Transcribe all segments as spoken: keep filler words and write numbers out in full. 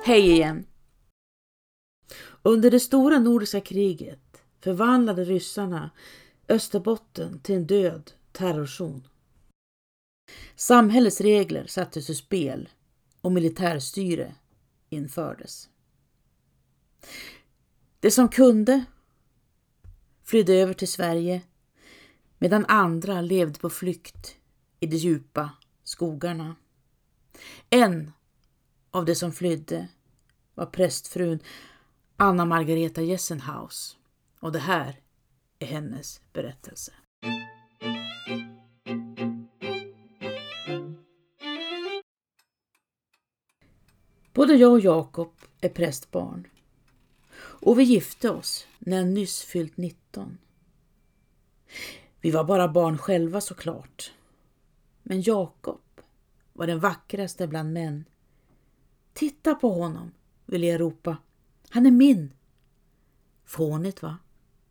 Hej igen! Under det stora nordiska kriget förvandlade ryssarna Österbotten till en död terrorzon. Samhällets regler sattes ur spel och militärstyre infördes. Det som kunde flydde över till Sverige medan andra levde på flykt i de djupa skogarna. En av de som flydde var prästfrun Anna Margareta Jessenhaus, och det här är hennes berättelse. Både jag och Jakob är prästbarn och vi gifte oss när jag nyss fyllt nitton. Vi var bara barn själva såklart, men Jakob var den vackraste bland män. Titta på honom, vill jag ropa. Han är min. Fånigt, va?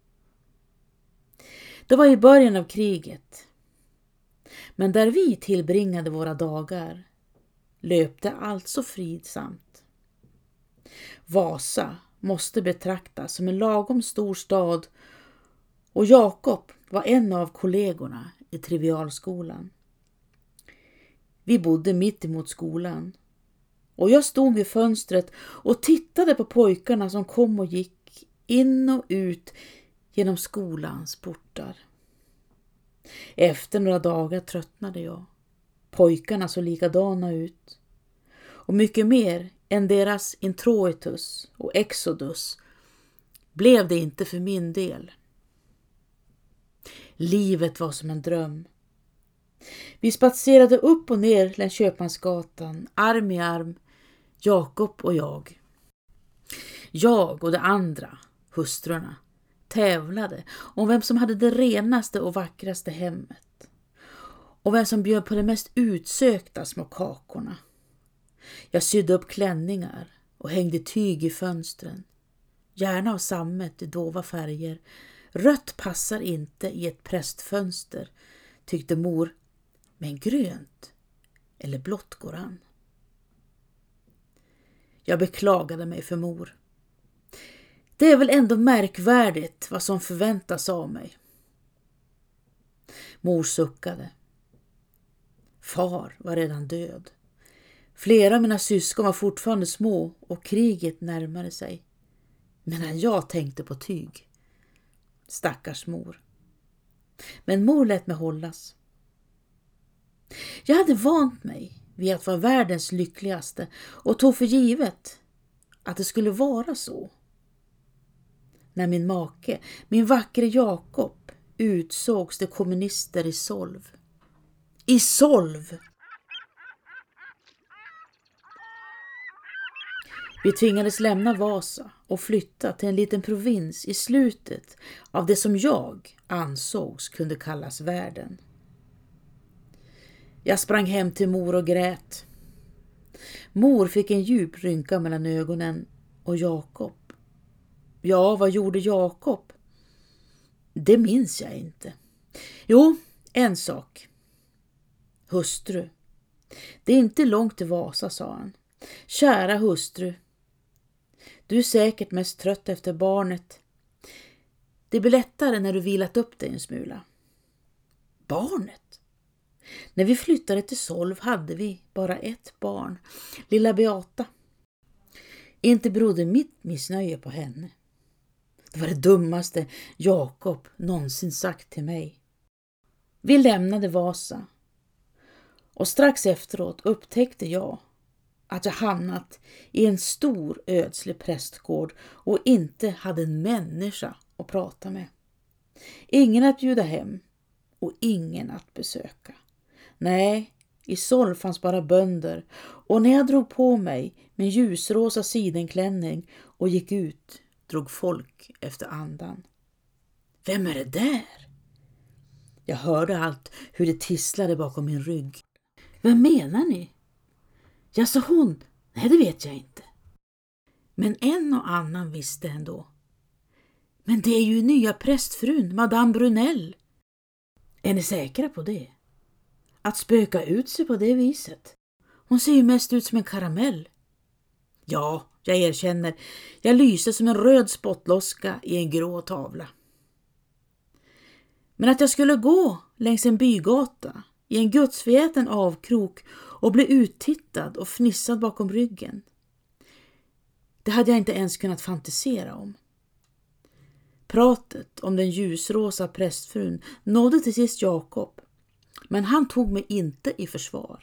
Det var i början av kriget. Men där vi tillbringade våra dagar löpte allt så fridsamt. Vasa måste betraktas som en lagom stor stad och Jakob var en av kollegorna i trivialskolan. Vi bodde mitt emot skolan. Och jag stod vid fönstret och tittade på pojkarna som kom och gick in och ut genom skolans portar. Efter några dagar tröttnade jag. Pojkarna såg likadana ut. Och mycket mer än deras introitus och exodus blev det inte för min del. Livet var som en dröm. Vi spatserade upp och ner längs Köpmansgatan, arm i arm, Jakob och jag. Jag och de andra hustrurna tävlade om vem som hade det renaste och vackraste hemmet. Och vem som bjöd på de mest utsökta små kakorna. Jag sydde upp klänningar och hängde tyg i fönstren. Gärna av sammet i dova färger. Rött passar inte i ett prästfönster, tyckte mor. Men grönt eller blått går an. Jag beklagade mig för mor. Det är väl ändå märkvärdigt vad som förväntas av mig. Mor suckade. Far var redan död. Flera av mina syskon var fortfarande små och kriget närmade sig. Medan jag tänkte på tyg. Stackars mor. Men mor lät mig hållas. Jag hade vant mig vid att vara världens lyckligaste och tog för givet att det skulle vara så. När min make, min vackre Jakob, utsågs till kommunister i Solv. I Solv! Vi tvingades lämna Vasa och flytta till en liten provins i slutet av det som jag ansågs kunde kallas världen. Jag sprang hem till mor och grät. Mor fick en djup rynka mellan ögonen och Jakob. Ja, vad gjorde Jakob? Det minns jag inte. Jo, en sak. Hustru. Det är inte långt till Vasa, sa han. Kära hustru. Du är säkert mest trött efter barnet. Det blir lättare när du vilat upp dig en smula. Barnet? När vi flyttade till Solv hade vi bara ett barn, lilla Beata. Inte berodde mitt missnöje på henne. Det var det dummaste Jakob någonsin sagt till mig. Vi lämnade Vasa och strax efteråt upptäckte jag att jag hamnat i en stor ödslig prästgård och inte hade en människa att prata med. Ingen att bjuda hem och ingen att besöka. Nej, i Solv fanns bara bönder och när jag drog på mig min ljusrosa sidenklänning och gick ut drog folk efter andan. Vem är det där? Jag hörde allt hur det tisslade bakom min rygg. Vem menar ni? Jag sa hon. Nej, det vet jag inte. Men en och annan visste ändå. Men det är ju nya prästfrun, Madame Brunell. Är ni säkra på det? Att spöka ut sig på det viset? Hon ser ju mest ut som en karamell. Ja, jag erkänner, jag lyste som en röd spottloska i en grå tavla. Men att jag skulle gå längs en bygata i en gudsförgäten avkrok och bli uttittad och fnissad bakom ryggen, det hade jag inte ens kunnat fantisera om. Pratet om den ljusrosa prästfrun nådde till sist Jakob, men han tog mig inte i försvar.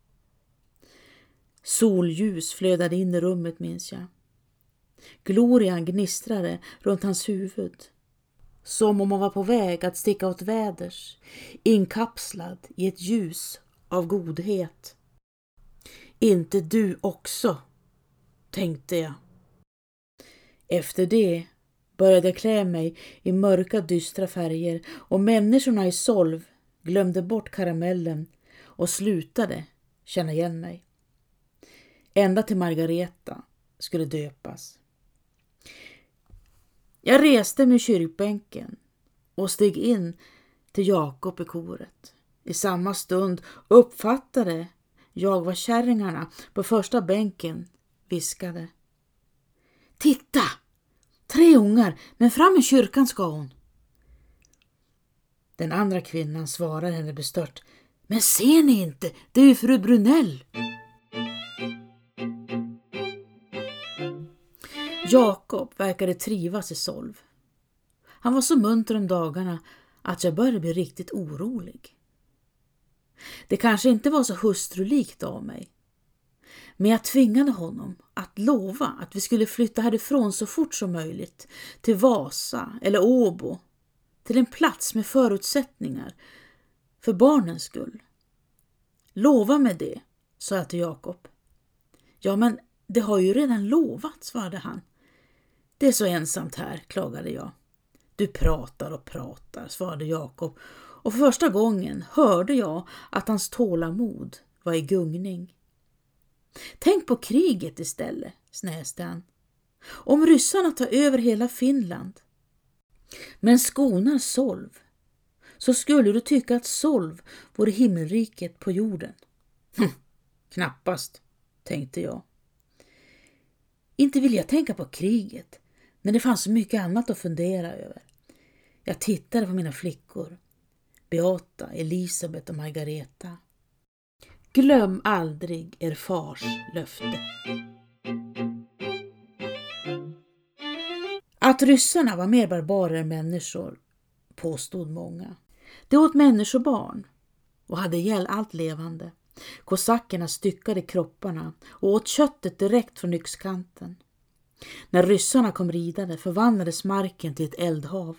Solljus flödade in i rummet, minns jag. Glorian gnistrade runt hans huvud, som om han var på väg att sticka åt väders, inkapslad i ett ljus av godhet. Inte du också, tänkte jag. Efter det började jag klä mig i mörka dystra färger och människorna i Solv glömde bort karamellen och slutade känna igen mig. Ända till Margareta skulle döpas. Jag reste mig i kyrkbänken och steg in till Jakob i koret. I samma stund uppfattade jag vad kärringarna på första bänken viskade. Titta! Tre ungar, men fram i kyrkan ska hon. Den andra kvinnan svarade henne bestört. Men ser ni inte? Det är ju fru Brunell. Jakob verkade trivas i Solv. Han var så munter om dagarna att jag började bli riktigt orolig. Det kanske inte var så hustrulikt av mig, men jag tvingade honom att lova att vi skulle flytta härifrån så fort som möjligt till Vasa eller Åbo, till en plats med förutsättningar för barnens skull. Lova med det, sa jag till Jakob. Ja, men det har ju redan lovat, svarade han. Det är så ensamt här, klagade jag. Du pratar och pratar, svarade Jakob, och för första gången hörde jag att hans tålamod var i gungning. Tänk på kriget istället, snäste han. Om ryssarna tar över hela Finland, men skonar Solv, så skulle du tycka att Solv vore himmelriket på jorden. Hm, knappast, tänkte jag. Inte vill jag tänka på kriget, men det fanns så mycket annat att fundera över. Jag tittade på mina flickor, Beata, Elisabeth och Margareta. Glöm aldrig er fars löfte. Att ryssarna var mer barbarer än människor, påstod många. De åt människobarn och hade ihjäl allt levande. Kosackerna styckade kropparna och åt köttet direkt från yxkanten. När ryssarna kom ridande förvandlades marken till ett eldhav.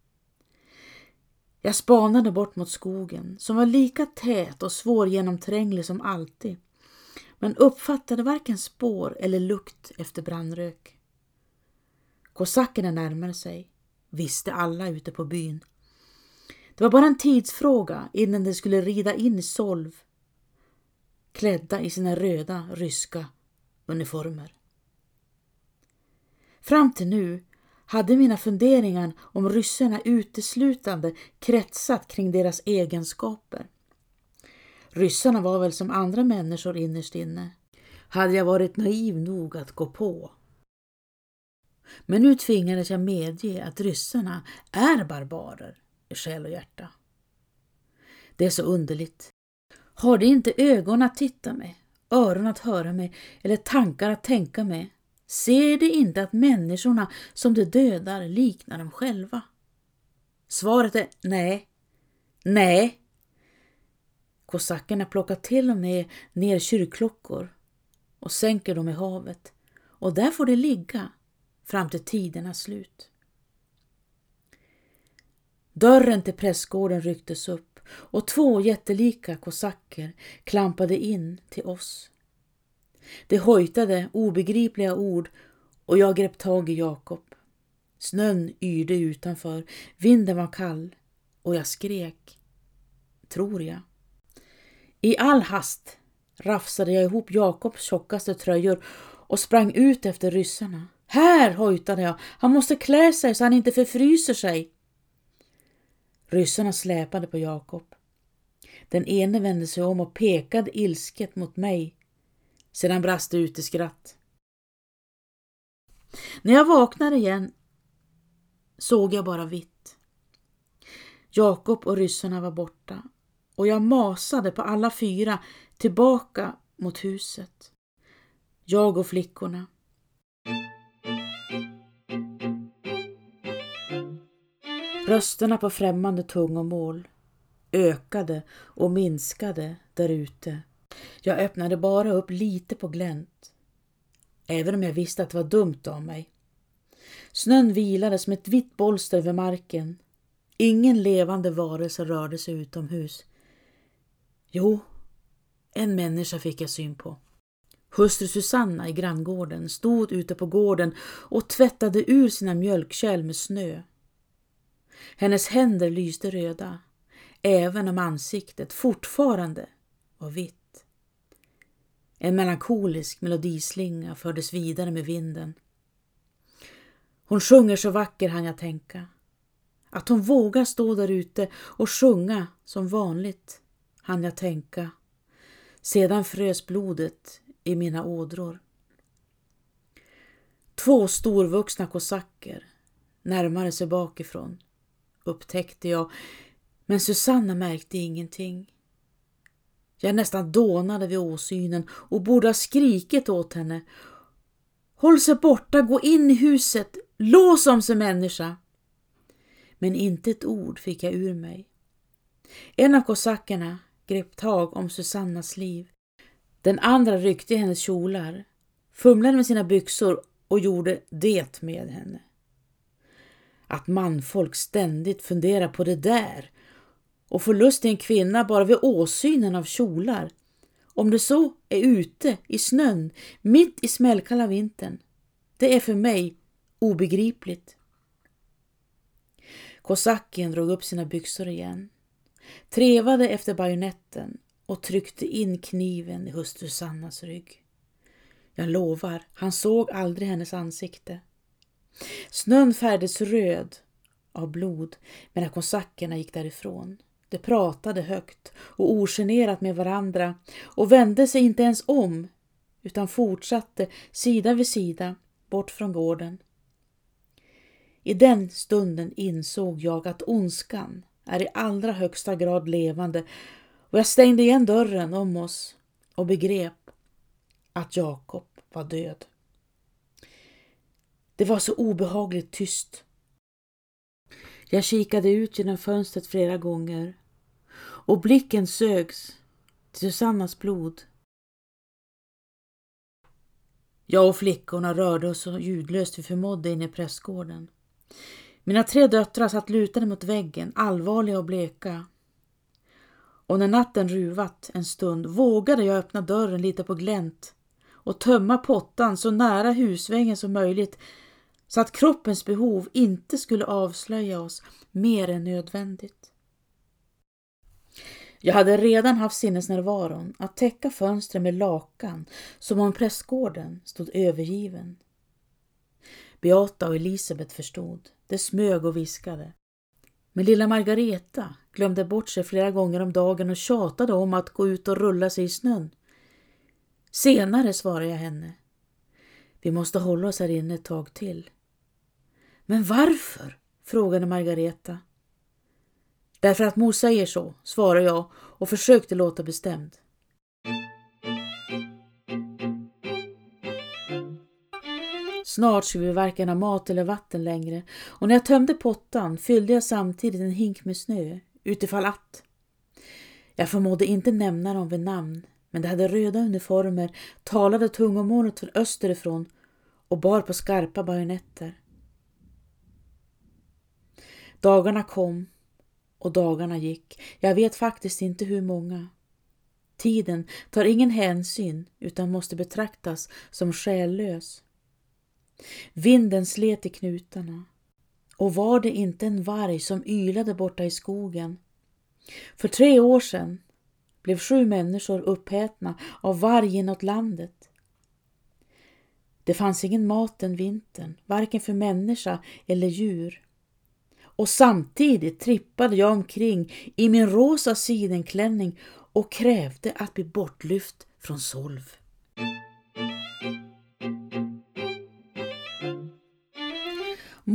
Jag spanade bort mot skogen, som var lika tät och svårgenomtränglig som alltid, men uppfattade varken spår eller lukt efter brandrök. Kosackerna närmade sig, visste alla ute på byn. Det var bara en tidsfråga innan de skulle rida in i Solv, klädda i sina röda ryska uniformer. Fram till nu hade mina funderingar om ryssarna uteslutande kretsat kring deras egenskaper. Ryssarna var väl som andra människor innerst inne. Hade jag varit naiv nog att gå på. Men nu tvingades jag medge att ryssarna är barbarer i själ och hjärta. Det är så underligt. Har de inte ögon att titta med, öron att höra med eller tankar att tänka med? Ser de inte att människorna som de dödar liknar dem själva? Svaret är nej. Nej. Kosackerna plockar till och med ner kyrkklockor och sänker dem i havet. Och där får de ligga fram till tidernas slut. Dörren till prästgården rycktes upp och två jättelika kosacker klampade in till oss. Det hojtade obegripliga ord och jag grep tag i Jakob. Snön yrde utanför, vinden var kall och jag skrek. Tror jag. I all hast rafsade jag ihop Jakobs tjockaste tröjor och sprang ut efter ryssarna. Här, hojtade jag, han måste klä sig så han inte förfryser sig. Ryssarna släpade på Jakob. Den ene vände sig om och pekade ilsket mot mig. Sedan brast det ut i skratt. När jag vaknade igen såg jag bara vitt. Jakob och ryssarna var borta och jag masade på alla fyra tillbaka mot huset. Jag och flickorna. Rösterna på främmande tungomål ökade och minskade där ute. Jag öppnade bara upp lite på glänt, även om jag visste att det var dumt av mig. Snön vilade som ett vitt bolster över marken. Ingen levande varelse rörde sig utomhus. Jo, en människa fick jag syn på. Hustru Susanna i granngården stod ute på gården och tvättade ur sina mjölkkärl med snö. Hennes händer lyste röda, även om ansiktet fortfarande var vitt. En melankolisk melodislinga fördes vidare med vinden. Hon sjunger så vacker, hann jag tänka. Att hon vågar stå där ute och sjunga som vanligt, hann jag tänka. Sedan frös blodet i mina ådror. Två storvuxna kosacker närmade sig bakifrån, upptäckte jag, men Susanna märkte ingenting. Jag nästan dånade vid åsynen och borde ha skrikit åt henne. Håll sig borta, gå in i huset, lås om sig människa. Men inte ett ord fick jag ur mig. En av kosackerna grep tag om Susannas liv. Den andra ryckte i hennes kjolar, fumlade med sina byxor och gjorde det med henne. Att manfolk ständigt funderar på det där och får lust till en kvinna bara vid åsynen av kjolar, om det så är ute i snön mitt i smällkalla vintern, det är för mig obegripligt. Kosacken drog upp sina byxor igen, trevade efter bajonetten och tryckte in kniven i hustru Sannas rygg. Jag lovar, han såg aldrig hennes ansikte. Snön färdes röd av blod, men när kosackerna gick därifrån. De pratade högt och ogenerat med varandra och vände sig inte ens om, utan fortsatte sida vid sida bort från gården. I den stunden insåg jag att ondskan är i allra högsta grad levande, och jag stängde igen dörren om oss och begrep att Jakob var död. Det var så obehagligt tyst. Jag kikade ut genom fönstret flera gånger och blicken sögs till Susannas blod. Jag och flickorna rörde oss så ljudlöst vi förmådde in i prästgården. Mina tre döttrar satt lutade mot väggen, allvarliga och bleka. Och när natten ruvat en stund vågade jag öppna dörren lite på glänt och tömma pottan så nära husväggen som möjligt, så att kroppens behov inte skulle avslöja oss mer än nödvändigt. Jag hade redan haft sinnesnärvaron att täcka fönstren med lakan som om prästgården stod övergiven. Beata och Elisabeth förstod. Det smög och viskade. Men lilla Margareta glömde bort sig flera gånger om dagen och tjatade om att gå ut och rulla sig i snön. Senare svarade jag henne. Vi måste hålla oss här inne ett tag till. Men varför? Frågade Margareta. Därför att mor säger så, svarade jag och försökte låta bestämd. Snart skulle vi varken ha mat eller vatten längre, och när jag tömde pottan fyllde jag samtidigt en hink med snö, utifall att. Jag förmådde inte nämna dem vid namn, men de hade röda uniformer, talade tungomålet från österifrån och bar på skarpa bajonetter. Dagarna kom och dagarna gick. Jag vet faktiskt inte hur många. Tiden tar ingen hänsyn utan måste betraktas som själlös. Vinden slet i knutarna, och var det inte en varg som ylade borta i skogen? För tre år sedan blev sju människor upphätna av varg inåt landet. Det fanns ingen mat den vintern, varken för människa eller djur. Och samtidigt trippade jag omkring i min rosa sidenklänning och krävde att bli bortlyft från Solv.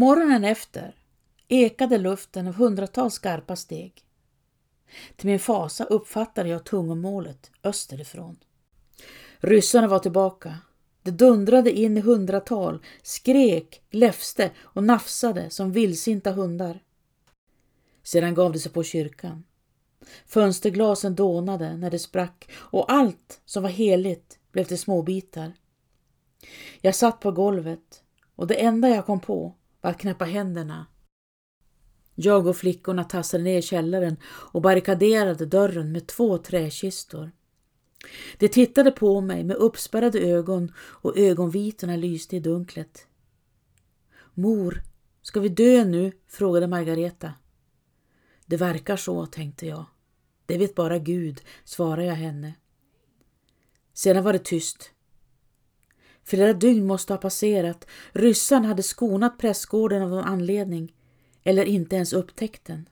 Morgonen efter ekade luften av hundratals skarpa steg. Till min fasa uppfattade jag tungomålet österifrån. Ryssarna var tillbaka. Det dundrade in i hundratal, skrek, läfste och nafsade som vildsinta hundar. Sedan gav det sig på kyrkan. Fönsterglasen dånade när det sprack och allt som var heligt blev till små bitar. Jag satt på golvet och det enda jag kom på var att knäppa händerna. Jag och flickorna tassade ner i källaren och barrikaderade dörren med två träkistor. De tittade på mig med uppspärrade ögon och ögonvitorna lyste i dunklet. Mor, ska vi dö nu? Frågade Margareta. Det verkar så, tänkte jag. Det vet bara Gud, svarade jag henne. Sedan var det tyst. Flera dygn måste ha passerat. Ryssarna hade skonat prästgården av någon anledning eller inte ens upptäckt den.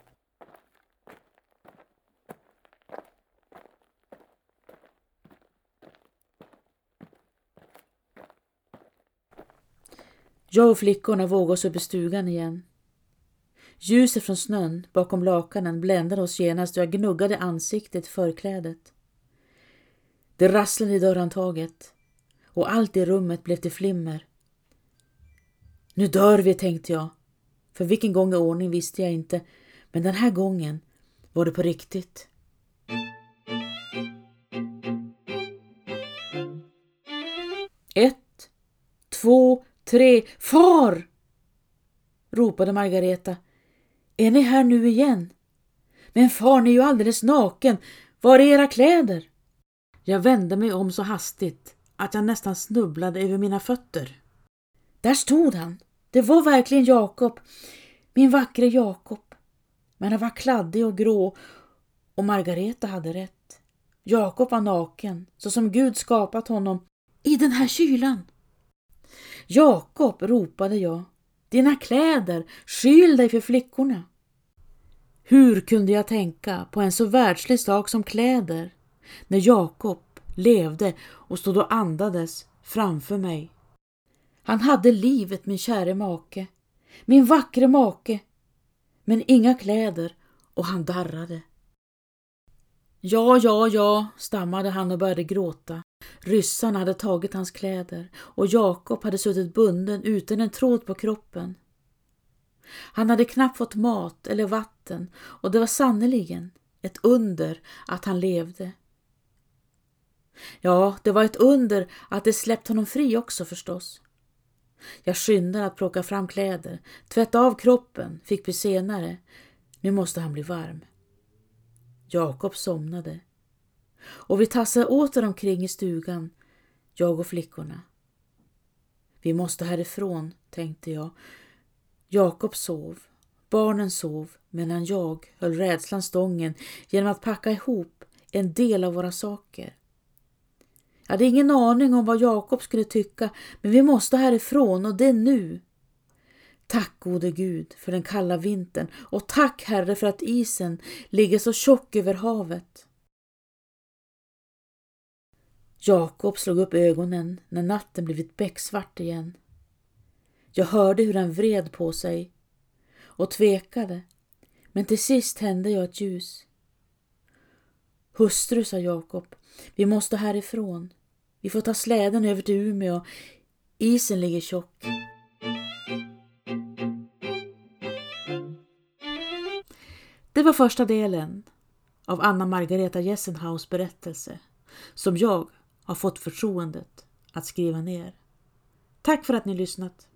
Jag och flickorna vågade oss upp i stugan igen. Ljuset från snön bakom lakanen bländade oss genast och jag gnuggade ansiktet i förklädet. Det rasslade i dörrhandtaget och allt i rummet blev till flimmer. Nu dör vi, tänkte jag. För vilken gång i ordning visste jag inte, men den här gången var det på riktigt. Ett, två, tre, far! Ropade Margareta. Är ni här nu igen? Men far, ni är ju alldeles naken. Var är era kläder? Jag vände mig om så hastigt att jag nästan snubblade över mina fötter. Där stod han. Det var verkligen Jakob, min vackra Jakob. Men han var kladdig och grå och Margareta hade rätt. Jakob var naken, så som Gud skapat honom i den här kylan. Jakob, ropade jag. Dina kläder, skyl dig för flickorna. Hur kunde jag tänka på en så världslig sak som kläder när Jakob levde och stod och andades framför mig? Han hade livet, min käre make, min vackre make, men inga kläder och han darrade. Ja, ja, ja, stammade han och började gråta. Ryssarna hade tagit hans kläder och Jakob hade suttit bunden utan en tråd på kroppen. Han hade knappt fått mat eller vatten och det var sannoliken ett under att han levde. Ja, det var ett under att det släppt honom fri också förstås. Jag skyndade att plocka fram kläder, tvätta av kroppen, fick bli senare. Nu måste han bli varm. Jakob somnade. Och vi tassade åter omkring i stugan, jag och flickorna. Vi måste härifrån, tänkte jag. Jakob sov, barnen sov, medan jag höll rädslan stången genom att packa ihop en del av våra saker. Jag hade ingen aning om vad Jakob skulle tycka, men vi måste härifrån och det nu. Tack gode Gud för den kalla vintern och tack Herre för att isen ligger så tjock över havet. Jakob slog upp ögonen när natten blivit becksvart igen. Jag hörde hur han vred på sig och tvekade, men till sist tände jag ett ljus. Hustru, sa Jakob, vi måste härifrån. Vi får ta släden över till Umeå. Isen ligger tjock. Det var första delen av Anna Margareta Jessenhaus berättelse som jag har fått förtroendet att skriva ner. Tack för att ni lyssnat.